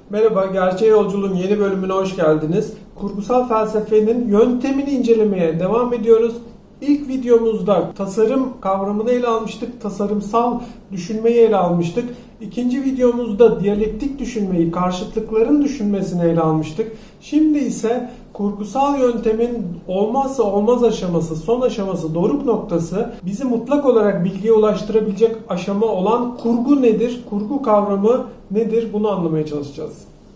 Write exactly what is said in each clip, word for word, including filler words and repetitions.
Merhaba, Gerçeğe Yolculuğun yeni bölümüne hoş geldiniz. Kurgusal felsefenin yöntemini incelemeye devam ediyoruz. İlk videomuzda tasarım kavramını ele almıştık, tasarımsal düşünmeyi ele almıştık. İkinci videomuzda diyalektik düşünmeyi, karşıtlıkların düşünmesini ele almıştık. Şimdi ise kurgusal yöntemin olmazsa olmaz aşaması, son aşaması, doruk noktası, bizi mutlak olarak bilgiye ulaştırabilecek aşama olan kurgu nedir, kurgu kavramı nedir bunu anlamaya çalışacağız.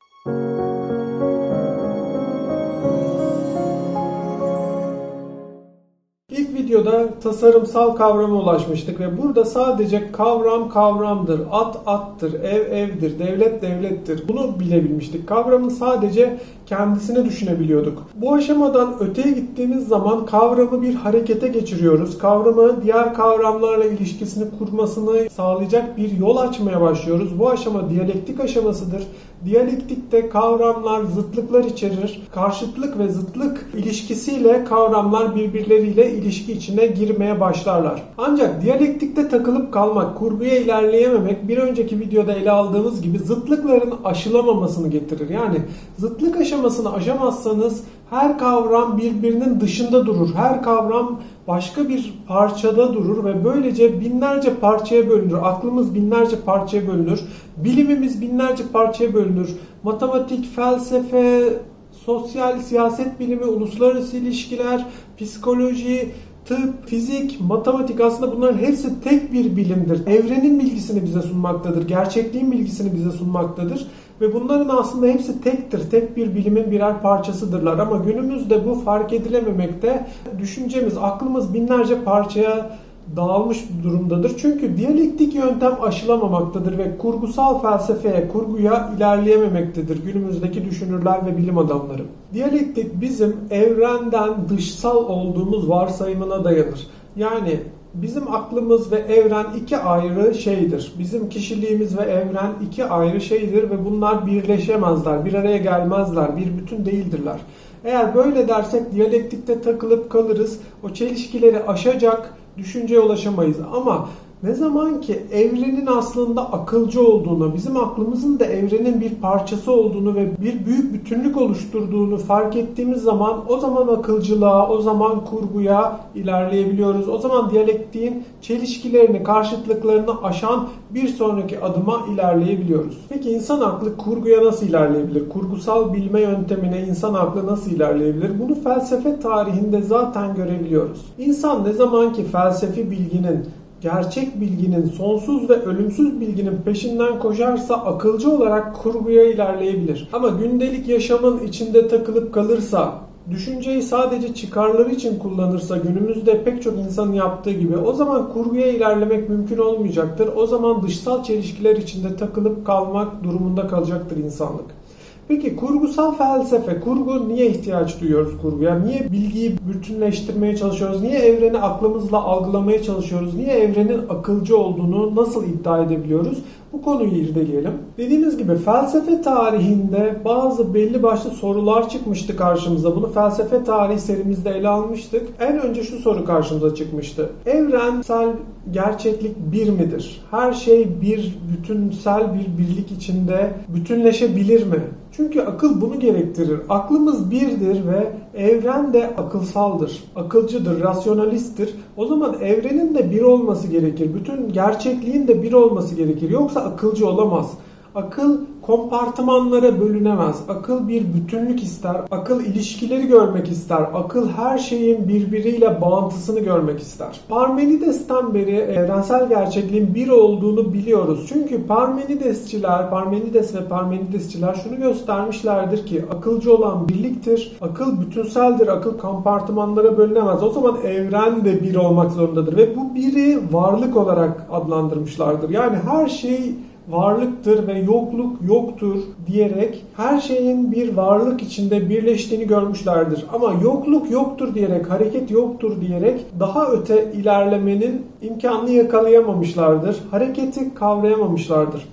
İlk videoda tasarımsal kavrama ulaşmıştık ve burada sadece kavram kavramdır, at attır, ev evdir, devlet devlettir. Bunu bilebilmiştik. Kavramın sadece kendisini düşünebiliyorduk. Bu aşamadan öteye gittiğimiz zaman kavramı bir harekete geçiriyoruz. Kavramı diğer kavramlarla ilişkisini kurmasını sağlayacak bir yol açmaya başlıyoruz. Bu aşama diyalektik aşamasıdır. Diyalektikte kavramlar zıtlıklar içerir. Karşıtlık ve zıtlık ilişkisiyle kavramlar birbirleriyle ilişki içine girmeye başlarlar. Ancak diyalektikte takılıp kalmak, kurguya ilerleyememek bir önceki videoda ele aldığımız gibi zıtlıkların aşılamamasını getirir. Yani zıtlık aşamasını aşamazsanız her kavram birbirinin dışında durur. Her kavram başka bir parçada durur ve böylece binlerce parçaya bölünür. Aklımız binlerce parçaya bölünür. Bilimimiz binlerce parçaya bölünür. Matematik, felsefe, sosyal, siyaset bilimi, uluslararası ilişkiler, psikoloji, tıp, fizik, matematik aslında bunların hepsi tek bir bilimdir. Evrenin bilgisini bize sunmaktadır. Gerçekliğin bilgisini bize sunmaktadır. Ve bunların aslında hepsi tektir. Tek bir bilimin birer parçasıdırlar. Ama günümüzde bu fark edilememekte. Düşüncemiz, aklımız binlerce parçaya dağılmış durumdadır. Çünkü diyalektik yöntem aşılamamaktadır ve kurgusal felsefeye, kurguya ilerleyememektedir günümüzdeki düşünürler ve bilim adamları. Diyalektik bizim evrenden dışsal olduğumuz varsayımına dayanır. Yani bizim aklımız ve evren iki ayrı şeydir. Bizim kişiliğimiz ve evren iki ayrı şeydir ve bunlar birleşemezler, bir araya gelmezler, bir bütün değildirler. Eğer böyle dersek diyalektikte takılıp kalırız, o çelişkileri aşacak düşünceye ulaşamayız. Ama ne zaman ki evrenin aslında akılcı olduğunu, bizim aklımızın da evrenin bir parçası olduğunu ve bir büyük bütünlük oluşturduğunu fark ettiğimiz zaman o zaman akılcılığa, o zaman kurguya ilerleyebiliyoruz. O zaman diyalektiğin çelişkilerini, karşıtlıklarını aşan bir sonraki adıma ilerleyebiliyoruz. Peki insan aklı kurguya nasıl ilerleyebilir? Kurgusal bilme yöntemine insan aklı nasıl ilerleyebilir? Bunu felsefe tarihinde zaten görebiliyoruz. İnsan ne zaman ki felsefi bilginin, gerçek bilginin, sonsuz ve ölümsüz bilginin peşinden koşarsa akılcı olarak kurguya ilerleyebilir. Ama gündelik yaşamın içinde takılıp kalırsa, düşünceyi sadece çıkarları için kullanırsa günümüzde pek çok insanın yaptığı gibi o zaman kurguya ilerlemek mümkün olmayacaktır. O zaman dışsal çelişkiler içinde takılıp kalmak durumunda kalacaktır insanlık. Peki kurgusal felsefe, kurgu niye ihtiyaç duyuyoruz kurguya? Niye bilgiyi bütünleştirmeye çalışıyoruz? Niye evreni aklımızla algılamaya çalışıyoruz? Niye evrenin akılcı olduğunu nasıl iddia edebiliyoruz? Bu konuyu irdeleyelim. Dediğimiz gibi felsefe tarihinde bazı belli başlı sorular çıkmıştı karşımıza. Bunu felsefe tarihi serimizde ele almıştık. En önce şu soru karşımıza çıkmıştı. Evrensel gerçeklik bir midir? Her şey bir bütünsel bir birlik içinde bütünleşebilir mi? Çünkü akıl bunu gerektirir. Aklımız birdir ve evren de akılsaldır, akılcıdır, rasyonalisttir. O zaman evrenin de bir olması gerekir. Bütün gerçekliğin de bir olması gerekir. Yoksa akılcı olamaz. Akıl kompartımanlara bölünemez. Akıl bir bütünlük ister. Akıl ilişkileri görmek ister. Akıl her şeyin birbiriyle bağıntısını görmek ister. Parmenides'ten beri evrensel gerçekliğin bir olduğunu biliyoruz. Çünkü Parmenidesçiler, Parmenides ve Parmenidesçiler şunu göstermişlerdir ki akılcı olan birliktir. Akıl bütünseldir. Akıl kompartımanlara bölünemez. O zaman evren de bir olmak zorundadır. Ve bu biri varlık olarak adlandırmışlardır. Yani her şey varlıktır ve yokluk yoktur diyerek her şeyin bir varlık içinde birleştiğini görmüşlerdir. Ama yokluk yoktur diyerek, hareket yoktur diyerek daha öte ilerlemenin imkanını yakalayamamışlardır. Hareketi kavrayamamışlardır.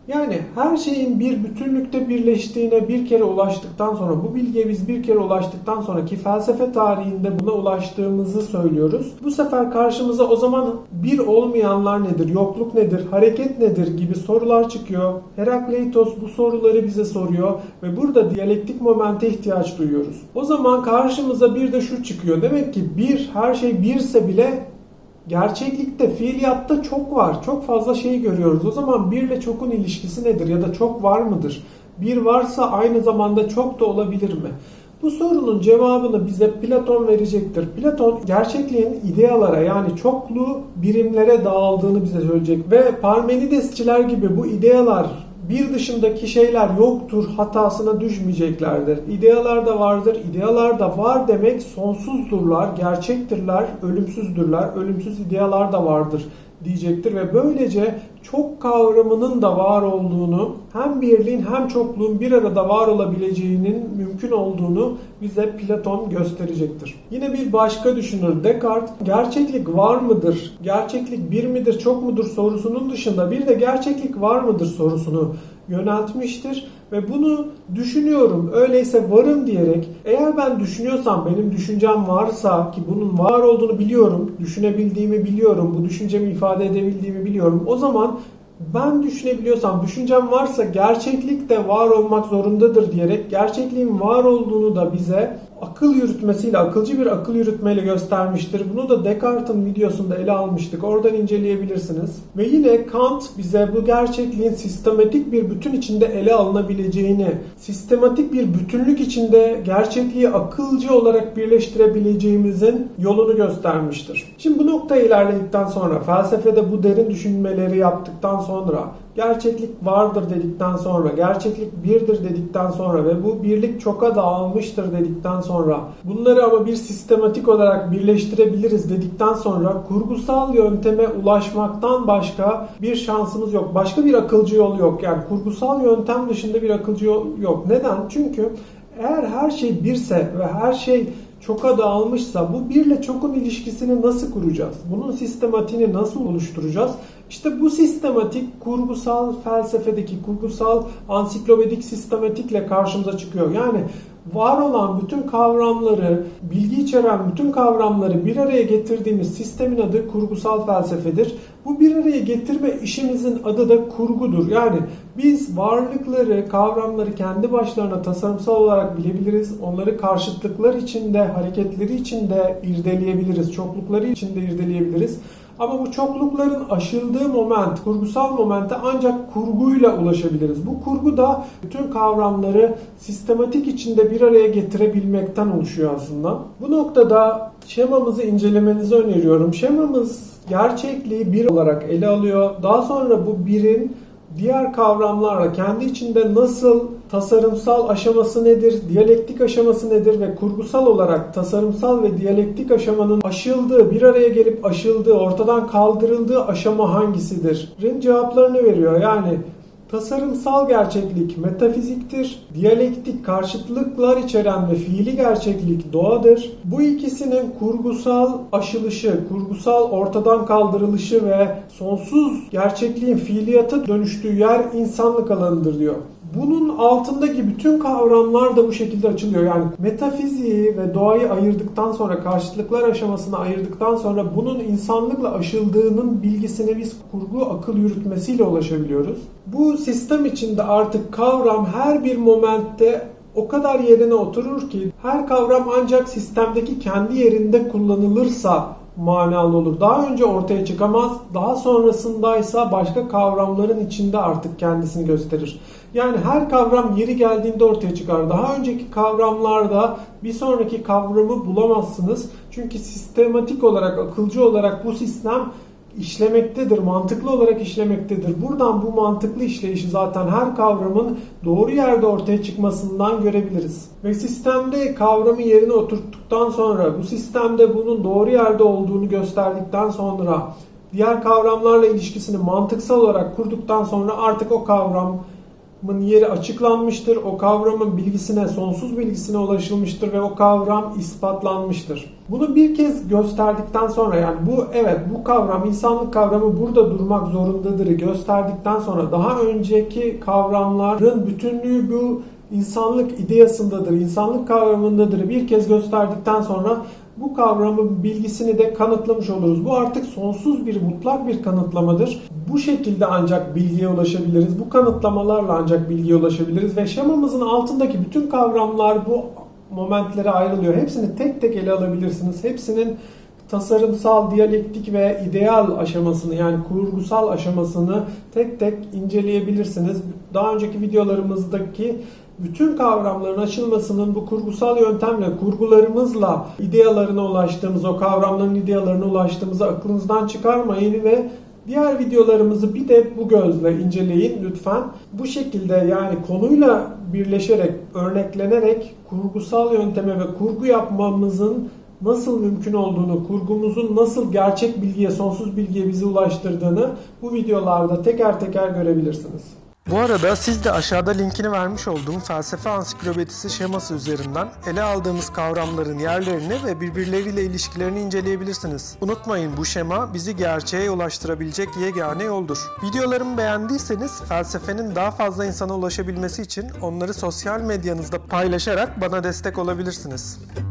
Yani her şeyin bir bütünlükte birleştiğine bir kere ulaştıktan sonra, bu bilgiye biz bir kere ulaştıktan sonra ki felsefe tarihinde buna ulaştığımızı söylüyoruz. Bu sefer karşımıza o zaman bir olmayanlar nedir, yokluk nedir, hareket nedir gibi sorular çıkıyor. Herakleitos bu soruları bize soruyor ve burada diyalektik momente ihtiyaç duyuyoruz. O zaman karşımıza bir de şu çıkıyor. Demek ki bir, her şey birse bile gerçeklikte, fiiliyatta çok var. Çok fazla şey görüyoruz. O zaman bir ile çokun ilişkisi nedir ya da çok var mıdır? Bir varsa aynı zamanda çok da olabilir mi? Bu sorunun cevabını bize Platon verecektir. Platon gerçekliğin idealara yani çoklu birimlere dağıldığını bize söyleyecek ve Parmenidesçiler gibi bu idealar bir dışındaki şeyler yoktur hatasına düşmeyeceklerdir. İdealar da vardır. İdealar da var demek sonsuzdurlar, gerçektirler, ölümsüzdürler. Ölümsüz idealar da vardır diyecektir ve böylece çok kavramının da var olduğunu, hem birliğin hem çokluğun bir arada var olabileceğinin mümkün olduğunu bize Platon gösterecektir. Yine bir başka düşünür Descartes, gerçeklik var mıdır, gerçeklik bir midir, çok mudur sorusunun dışında bir de gerçeklik var mıdır sorusunu yöneltmiştir ve bunu düşünüyorum, öyleyse varım diyerek eğer ben düşünüyorsam, benim düşüncem varsa ki bunun var olduğunu biliyorum, düşünebildiğimi biliyorum, bu düşüncemi ifade edebildiğimi biliyorum, o zaman ben düşünebiliyorsam, düşüncem varsa gerçeklik de var olmak zorundadır diyerek gerçekliğin var olduğunu da bize akıl yürütmesiyle, akılcı bir akıl yürütmeyle göstermiştir. Bunu da Descartes'in videosunda ele almıştık. Oradan inceleyebilirsiniz. Ve yine Kant bize bu gerçekliğin sistematik bir bütün içinde ele alınabileceğini, sistematik bir bütünlük içinde gerçekliği akılcı olarak birleştirebileceğimizin yolunu göstermiştir. Şimdi bu noktaya ilerledikten sonra, felsefede bu derin düşünmeleri yaptıktan sonra, gerçeklik vardır dedikten sonra, gerçeklik birdir dedikten sonra ve bu birlik çoka dağılmıştır dedikten sonra, bunları ama bir sistematik olarak birleştirebiliriz dedikten sonra kurgusal yönteme ulaşmaktan başka bir şansımız yok. Başka bir akılcı yol yok. Yani kurgusal yöntem dışında bir akılcı yol yok. Neden? Çünkü eğer her şey birse ve her şey çoka dağılmışsa bu birle çokun ilişkisini nasıl kuracağız? Bunun sistematiğini nasıl oluşturacağız? İşte bu sistematik kurgusal felsefedeki kurgusal ansiklopedik sistematikle karşımıza çıkıyor. Yani var olan bütün kavramları, bilgi içeren bütün kavramları bir araya getirdiğimiz sistemin adı kurgusal felsefedir. Bu bir araya getirme işimizin adı da kurgudur. Yani biz varlıkları, kavramları kendi başlarına tasarımsal olarak bilebiliriz. Onları karşıtlıklar içinde, hareketleri içinde irdeleyebiliriz. Çoklukları içinde irdeleyebiliriz. Ama bu çoklukların aşıldığı moment, kurgusal momente ancak kurguyla ulaşabiliriz. Bu kurgu da bütün kavramları sistematik içinde bir araya getirebilmekten oluşuyor aslında. Bu noktada şemamızı incelemenizi öneriyorum. Şemamız gerçekliği bir olarak ele alıyor. Daha sonra bu birin diğer kavramlarla kendi içinde nasıl tasarımsal aşaması nedir, diyalektik aşaması nedir ve kurgusal olarak tasarımsal ve diyalektik aşamanın aşıldığı, bir araya gelip aşıldığı, ortadan kaldırıldığı aşama hangisidir? Rin cevaplarını veriyor. Yani tasarımsal gerçeklik metafiziktir, diyalektik karşıtlıklar içeren ve fiili gerçeklik doğadır. Bu ikisinin kurgusal aşılışı, kurgusal ortadan kaldırılışı ve sonsuz gerçekliğin fiiliyata dönüştüğü yer insanlık alanıdır diyor. Bunun altındaki bütün kavramlar da bu şekilde açılıyor. Yani metafiziği ve doğayı ayırdıktan sonra, karşıtlıklar aşamasını ayırdıktan sonra bunun insanlıkla aşıldığının bilgisine biz kurgu akıl yürütmesiyle ulaşabiliyoruz. Bu sistem içinde artık kavram her bir momentte o kadar yerine oturur ki her kavram ancak sistemdeki kendi yerinde kullanılırsa manalı olur. Daha önce ortaya çıkamaz, daha sonrasındaysa başka kavramların içinde artık kendisini gösterir. Yani her kavram yeri geldiğinde ortaya çıkar. Daha önceki kavramlarda bir sonraki kavramı bulamazsınız. Çünkü sistematik olarak, akılcı olarak bu sistem işlemektedir, mantıklı olarak işlemektedir. Buradan bu mantıklı işleyişi zaten her kavramın doğru yerde ortaya çıkmasından görebiliriz. Ve sistemde kavramı yerine oturttuktan sonra, bu sistemde bunun doğru yerde olduğunu gösterdikten sonra, diğer kavramlarla ilişkisini mantıksal olarak kurduktan sonra artık o kavram yeri açıklanmıştır. O kavramın bilgisine, sonsuz bilgisine ulaşılmıştır ve o kavram ispatlanmıştır. Bunu bir kez gösterdikten sonra, yani bu evet bu kavram, insanlık kavramı burada durmak zorundadır gösterdikten sonra daha önceki kavramların bütünlüğü bu insanlık ideasındadır, insanlık kavramındadır bir kez gösterdikten sonra bu kavramın bilgisini de kanıtlamış oluruz. Bu artık sonsuz bir, mutlak bir kanıtlamadır. Bu şekilde ancak bilgiye ulaşabiliriz. Bu kanıtlamalarla ancak bilgiye ulaşabiliriz ve şemamızın altındaki bütün kavramlar bu momentlere ayrılıyor. Hepsini tek tek ele alabilirsiniz. Hepsinin tasarımsal, diyalektik ve ideal aşamasını, yani kurgusal aşamasını tek tek inceleyebilirsiniz. Daha önceki videolarımızdaki bütün kavramların açılmasının bu kurgusal yöntemle, kurgularımızla idealarına ulaştığımız, o kavramların idealarına ulaştığımızı aklınızdan çıkarmayın ve diğer videolarımızı bir de bu gözle inceleyin lütfen. Bu şekilde, yani konuyla birleşerek, örneklenerek kurgusal yönteme ve kurgu yapmamızın nasıl mümkün olduğunu, kurgumuzun nasıl gerçek bilgiye, sonsuz bilgiye bizi ulaştırdığını bu videolarda teker teker görebilirsiniz. Bu arada siz de aşağıda linkini vermiş olduğum felsefe ansiklopedisi şeması üzerinden ele aldığımız kavramların yerlerini ve birbirleriyle ilişkilerini inceleyebilirsiniz. Unutmayın, bu şema bizi gerçeğe ulaştırabilecek yegane yoldur. Videolarımı beğendiyseniz felsefenin daha fazla insana ulaşabilmesi için onları sosyal medyanızda paylaşarak bana destek olabilirsiniz.